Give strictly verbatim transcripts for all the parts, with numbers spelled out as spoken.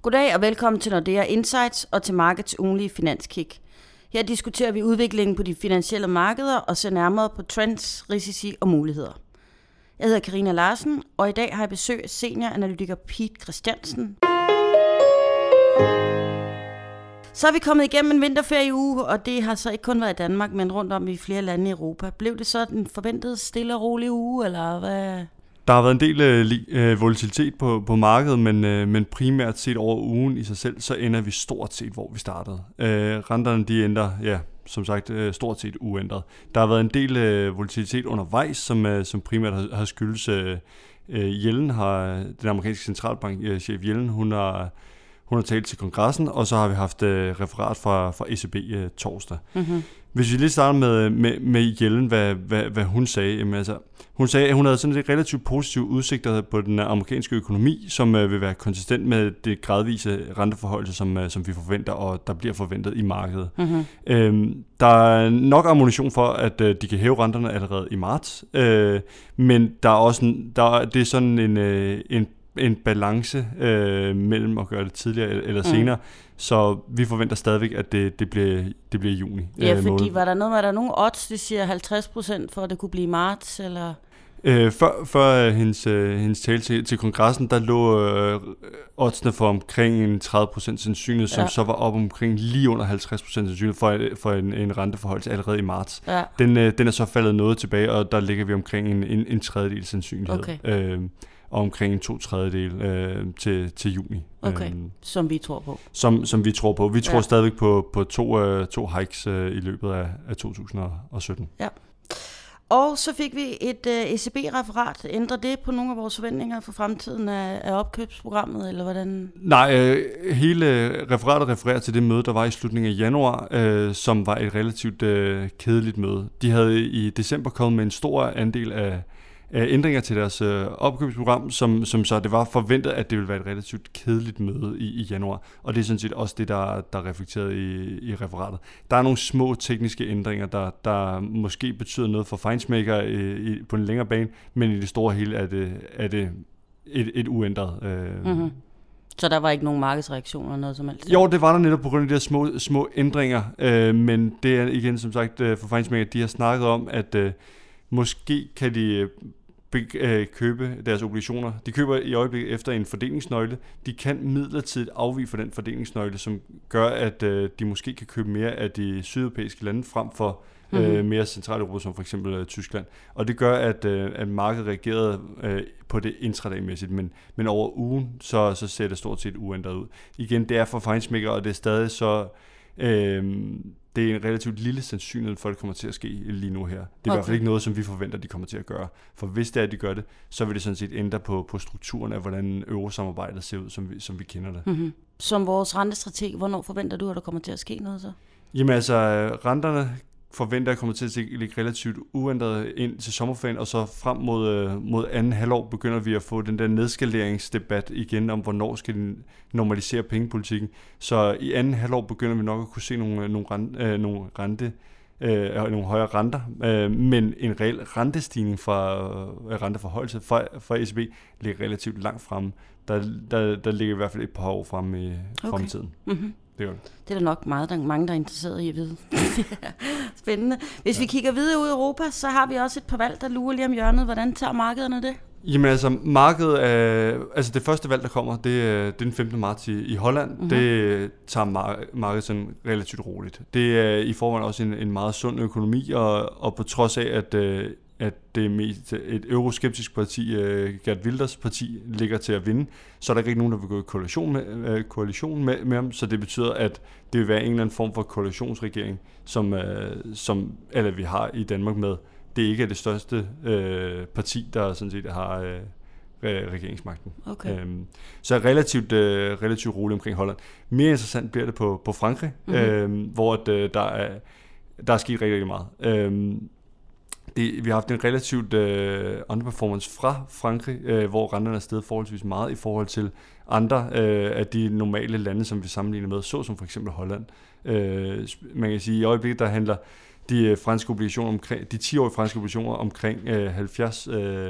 Goddag og velkommen til Nordea Insights og til Markets ugenlige finanskick. Her diskuterer vi udviklingen på de finansielle markeder og ser nærmere på trends, risici og muligheder. Jeg hedder Karina Larsen, og i dag har jeg besøg af senioranalytiker Pete Christiansen. Så er vi kommet igennem en vinterferieuge, og det har så ikke kun været i Danmark, men rundt om i flere lande i Europa. Blev det så den forventede stille og rolige uge, eller hvad? Der har været en del øh, volatilitet på, på markedet, men, øh, men primært set over ugen i sig selv, så ender vi stort set, hvor vi startede. Øh, renterne de ender, ja, som sagt, øh, stort set uændret. Der har været en del øh, volatilitet undervejs, som, øh, som primært har, har skyldes øh, øh, Yellen, har, den amerikanske centralbankchef Yellen, hun har, hun har talt til kongressen, og så har vi haft øh, referat fra, fra E C B øh, torsdag. Mm-hmm. Hvis vi lige starter med, med, med Yellen, hvad, hvad, hvad hun sagde. Jamen, altså, hun sagde, at hun havde sådan et relativt positive udsigter på den amerikanske økonomi, som øh, vil være konsistent med det gradvise renteforhold, som, øh, som vi forventer, og der bliver forventet i markedet. Mm-hmm. Øhm, der er nok ammunition for, at øh, de kan hæve renterne allerede i marts, øh, men der er også en, der, det er sådan en, øh, en en balance øh, mellem at gøre det tidligere eller senere, mm. så vi forventer stadigvæk, at det, det, bliver, det bliver juni. Ja, øh, fordi måned. var der noget, var der nogle odds, de siger halvtreds procent for, at det kunne blive marts, eller? Øh, før før hendes, øh, hendes tale til, til kongressen, der lå øh, oddsene for omkring en tredive procent sandsynlighed, som ja. så var op omkring lige under halvtreds procent sandsynlighed for, for en, en renteforhold allerede i marts. Ja. Den, øh, den er så faldet noget tilbage, og der ligger vi omkring en, en, en tredjedel sandsynlighed. Okay. Øh, og omkring en to tredjedel øh, til, til juni. Okay, øhm, som vi tror på. Som, som vi tror på. Vi tror ja. stadigvæk på, på to, øh, to hikes øh, i løbet af, af to tusind og sytten. Ja. Og så fik vi et øh, E C B-referat. Ændrer det på nogle af vores forventninger for fremtiden af, af opkøbsprogrammet, eller hvordan? Nej, øh, hele referatet refererer til det møde, der var i slutningen af januar, øh, som var et relativt øh, kedeligt møde. De havde i december kommet med en stor andel af ændringer til deres øh, opkøbsprogram, som, som så det var forventet, at det ville være et relativt kedeligt møde i, i januar. Og det er sådan set også det, der, der er reflekteret i, i referatet. Der er nogle små tekniske ændringer, der, der måske betyder noget for feinschmecker i, i, på en længere bane, men i det store hele er det, er det et, et uændret. Øh, mm-hmm. Så der var ikke nogen markedsreaktioner eller noget som helst? Jo, det var der netop på grund af de her små, små ændringer, øh, men det er igen som sagt øh, for feinschmecker, de har snakket om, at øh, måske kan de købe deres obligationer. De køber i øjeblikket efter en fordelingsnøgle. De kan midlertidigt afvige fra den fordelingsnøgle, som gør, at øh, de måske kan købe mere af de sydeuropæiske lande frem for øh, mm-hmm. mere Centraleuropa, som for eksempel øh, Tyskland. Og det gør, at, øh, at markedet reagerede øh, på det intraday-mæssigt, men, men over ugen, så, så ser det stort set uændret ud. Igen, det er for feinschmecker, og det er stadig så øh, det er en relativt lille sandsynlighed for, at det kommer til at ske lige nu her. Det er okay. i hvert fald ikke noget, som vi forventer, de kommer til at gøre. For hvis det er, at de gør det, så vil det sådan set ændre på, på strukturen af, hvordan eurosamarbejdet ser ud, som vi, som vi kender det. Mm-hmm. Som vores rentestrateg, hvornår forventer du, at der kommer til at ske noget så? Jamen altså, renterne forventer, at kommer til at ligge relativt uændret ind til sommerferien, og så frem mod, mod anden halvår begynder vi at få den der nedskaleringsdebat igen om, hvornår skal de normalisere pengepolitikken. Så i anden halvår begynder vi nok at kunne se nogle, nogle, rente, øh, nogle, rente, øh, nogle højere renter, øh, men en reel rentestigning fra øh, renteforholdelse fra, fra E C B ligger relativt langt fremme. Der, der, der ligger i hvert fald et par år fremme i okay. fremtiden. Mm-hmm. Det er, det er der nok meget, der, mange, der er interesseret i at vide. Spændende. Hvis ja. vi kigger videre ud i Europa, så har vi også et par valg, der lurer lige om hjørnet. Hvordan tager markederne det? Jamen altså, markedet er, altså det første valg, der kommer, det er, det er den femte marts i, i Holland. Mm-hmm. Det tager mar- markedet sådan relativt roligt. Det er i forvejen også en, en meget sund økonomi, og, og på trods af, at at det er mest et euroskeptisk parti, uh, Geert Wilders parti, ligger til at vinde, så er der ikke nogen, der vil gå i koalition med, uh, koalition med, med ham, så det betyder, at det vil være en eller anden form for koalitionsregering, som, uh, som eller vi har i Danmark med. Det ikke er det største uh, parti, der sådan set har uh, regeringsmagten. Okay. Um, så er relativt, uh, relativt roligt omkring Holland. Mere interessant bliver det på, på Frankrig, mm-hmm. uh, hvor at, uh, der, er, der er sket rigtig, rigtig meget. Um, Det, vi har haft en relativt øh, underperformance fra Frankrig, øh, hvor renterne er steget forholdsvis meget i forhold til andre øh, af de normale lande, som vi sammenligner med, så som for eksempel Holland. Øh, man kan sige, at i øjeblikket, der handler de øh, franske obligationer omkring, de ti-årige franske obligationer omkring øh, halvfjerds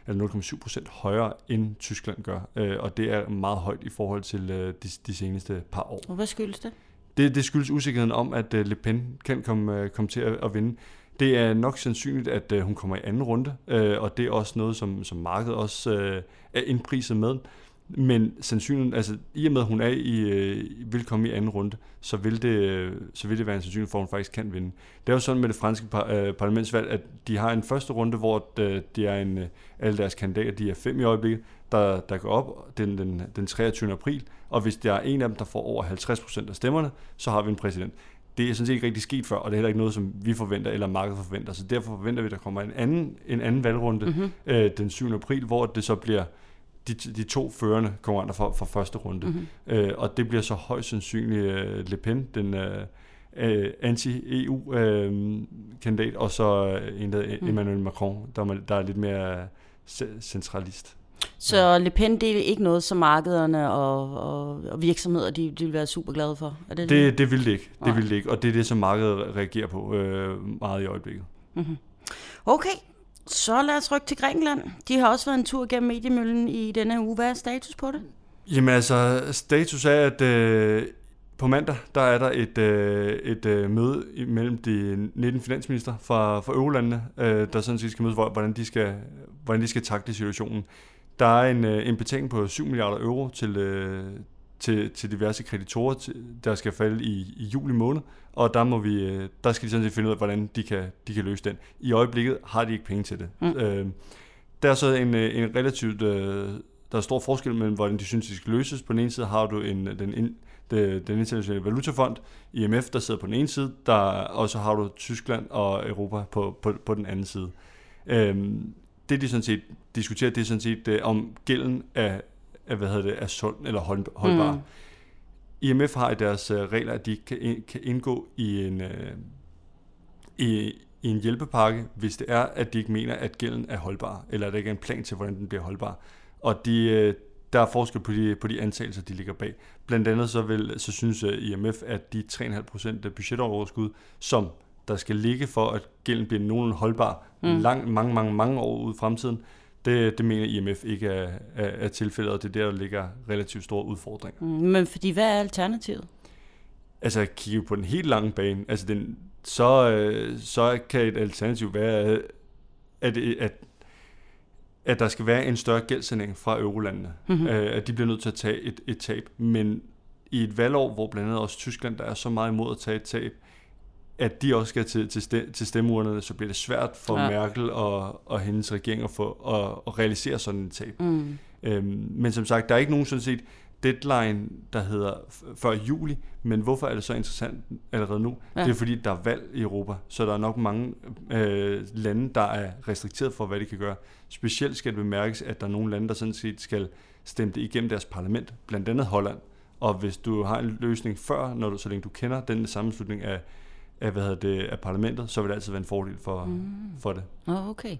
eller nul komma syv procent højere, end Tyskland gør. Øh, og det er meget højt i forhold til øh, de, de seneste par år. Og hvad skyldes det? Det, det skyldes usikkerheden om, at øh, Le Pen kan komme, øh, komme til at, at vinde. Det er nok sandsynligt, at øh, hun kommer i anden runde, øh, og det er også noget, som, som markedet også øh, er indpriset med. Men sandsynligt, altså i og med, at hun er i, øh, vil komme i anden runde, så vil, det, øh, så vil det være en sandsynlighed for, at hun faktisk kan vinde. Det er jo sådan med det franske par, øh, parlamentsvalg, at de har en første runde, hvor øh, de er en, øh, alle deres kandidater, de er fem i øjeblikket, der, der går op den, den, den treogtyvende april, og hvis der er en af dem, der får over halvtreds procent af stemmerne, så har vi en præsident. Det er sådan set ikke rigtig sket før, og det er heller ikke noget, som vi forventer, eller markedet forventer. Så derfor forventer vi, at der kommer en anden, en anden valgrunde mm-hmm. øh, den syvende april, hvor det så bliver de, de to førende konkurrenter fra, fra første runde. Mm-hmm. Øh, og det bliver så højst sandsynligt øh, Le Pen, den øh, øh, anti-E U-kandidat, øh, og så øh, en, der mm. Emmanuel Macron, der, der er lidt mere centralist. Så Le Pen, det er ikke noget, som markederne og, og, og virksomheder, de, de vil være super glade for? Er det, det, det vil det ikke, det vil det ikke, og det er det, som markedet reagerer på øh, meget i øjeblikket. Mm-hmm. Okay, så lad os rykke til Grækenland. De har også været en tur gennem mediemøllen i denne uge. Hvad er status på det? Jamen altså, status er, at øh, på mandag, der er der et, øh, et øh, møde mellem de nitten finansminister fra, fra eurolandene, øh, der sådan set skal mødes, hvordan de skal, hvordan de skal takle situationen. Der er en, en betaling på syv milliarder euro til, øh, til, til diverse kreditorer, til, der skal falde i, i juli måned, og der, må vi, der skal de sådan set finde ud af, hvordan de kan, de kan løse den. I øjeblikket har de ikke penge til det. Mm. Øh, der er så en, en relativt, øh, der er stor forskel mellem, hvordan de synes, de skal løses. På den ene side har du en, den, den, den internationale valutafond, I M F, der sidder på den ene side, der, og så har du Tyskland og Europa på, på, på den anden side. Øh, Det, de sådan set diskuterer, det er sådan set, uh, om gælden er, er, hvad hedder det, er sund eller hold, holdbar. Mm. I M F har i deres uh, regler, at de kan, kan indgå i en, uh, i, i en hjælpepakke, hvis det er, at de ikke mener, at gælden er holdbar, eller at der ikke er en plan til, hvordan den bliver holdbar. Og de, uh, der er forskel på de, på de antagelser, de ligger bag. Blandt andet så, vil, så synes uh, I M F, at de tre komma fem procent af budgetoverskud, som der skal ligge for, at gælden bliver nogenlunde holdbar mm. lang, mange, mange, mange år ude i fremtiden, det, det mener I M F ikke er, er, er tilfældet, og det er der, der ligger relativt store udfordringer. Mm, men fordi, hvad er alternativet? Altså, kigge på den helt lange bane, altså den, så, øh, så kan et alternativ være, at, at, at der skal være en større gældssanering fra eurolandene, mm-hmm. øh, at de bliver nødt til at tage et, et tab, men i et valgår, hvor blandt andet også Tyskland, der er så meget imod at tage et tab, at de også skal til, til, til stemmeurnerne, så bliver det svært for ja. Merkel og, og hendes regering at, få, at, at realisere sådan en tab. Mm. Øhm, men som sagt, der er ikke nogen sådan set deadline, der hedder før juli, men hvorfor er det så interessant allerede nu? Ja. Det er fordi, der er valg i Europa, så der er nok mange øh, lande, der er restrikteret for, hvad de kan gøre. Specielt skal det bemærkes, at der er nogle lande, der sådan set skal stemme det igennem deres parlament, blandt andet Holland. Og hvis du har en løsning før, når du, så længe du kender den sammenslutning af af, hvad hedder det, af parlamentet, så vil det altid være en fordel for, mm. for det. Oh, okay.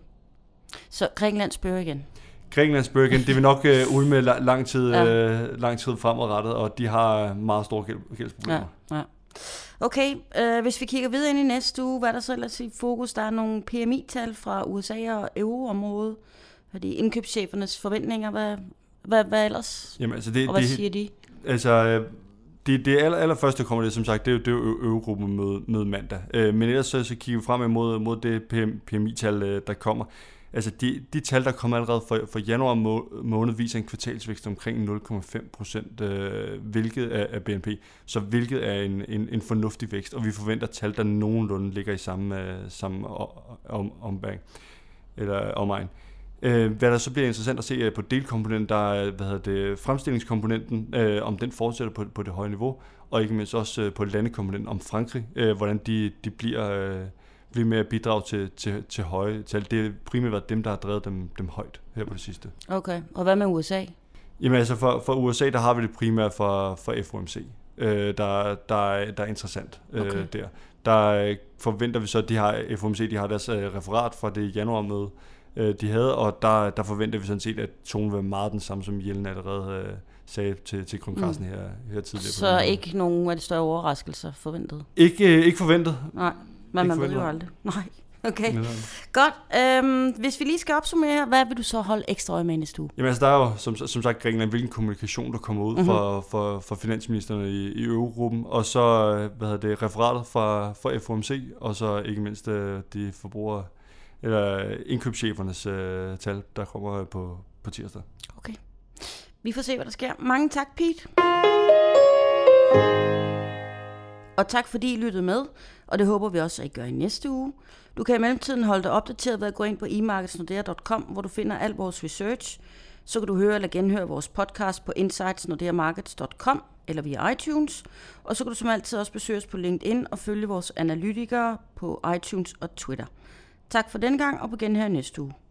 Så Grækenland spørger igen. Grækenland spørger igen. Det vil nok uh, ud med lang tid, ja. uh, lang tid fremadrettet, og de har meget store gæld- gældsproblemer. Ja, ja. Okay, øh, hvis vi kigger videre ind i næste uge, hvad er der så ellers i fokus? Der er nogle P M I-tal fra U S A og euroområdet. Hvad er de indkøbschefernes forventninger? Hvad, hvad, hvad ellers? Jamen, altså det, og hvad det, siger de? Altså... Det, det aller, allerførste kommer det, som sagt, det er jo, det er jo Eurogruppen med, med mandag. Øh, men ellers så, så kigger vi frem imod mod det P M I-tal, der kommer. Altså de, de tal, der kommer allerede for, for januar må, måned, viser en kvartalsvækst omkring nul komma fem procent, øh, hvilket er, er B N P. Så hvilket er en, en, en fornuftig vækst, og vi forventer tal, der nogenlunde ligger i samme, øh, samme om, ombæring, eller omegn. Hvad der så bliver interessant at se på delkomponenten, der er hvad hedder det, fremstillingskomponenten, øh, om den fortsætter på, på det høje niveau, og ikke mindst også øh, på landekomponenten om Frankrig, øh, hvordan de, de bliver, øh, bliver med at bidrage til, til, til høje tal. Det er primært været dem, der har drevet dem, dem højt her på det sidste. Okay, og hvad med U S A? Jamen altså for, for U S A, der har vi det primært for, for F O M C, øh, der, der, er, der er interessant øh, okay. der. Der forventer vi så, at de har, F O M C de har deres øh, referat fra det januarmøde, de havde, og der, der forventer vi sådan set, at tonen vil være meget den samme, som Jellen allerede øh, sagde til, til kongressen mm. her, her tidligere. Så ikke nogen af de større overraskelser forventet? Ikke, øh, ikke forventet. Nej, men ikke man forventet. Ved jo aldrig. Nej. Okay, godt. Øhm, hvis vi lige skal opsummere, hvad vil du så holde ekstra øje med næste uge? Jamen altså, der er jo som, som sagt Grækenland, hvilken kommunikation, der kommer ud mm-hmm. fra, fra, fra finansministerne i, i Eurogruppen, og så hvad hedder det, referatet fra, fra F O M C, og så ikke mindst de forbrugere, eller indkøbschefernes uh, tal, der kommer på, på tirsdag. Okay. Vi får se, hvad der sker. Mange tak, Pete. Og tak fordi I lyttede med, og det håber vi også, at I gør i næste uge. Du kan i mellemtiden holde dig opdateret ved at gå ind på e markets nordea punktum com, hvor du finder al vores research. Så kan du høre eller genhøre vores podcast på insights nordea markets punktum com eller via iTunes. Og så kan du som altid også besøge os på LinkedIn og følge vores analytikere på iTunes og Twitter. Tak for denne gang, og på genhør næste uge.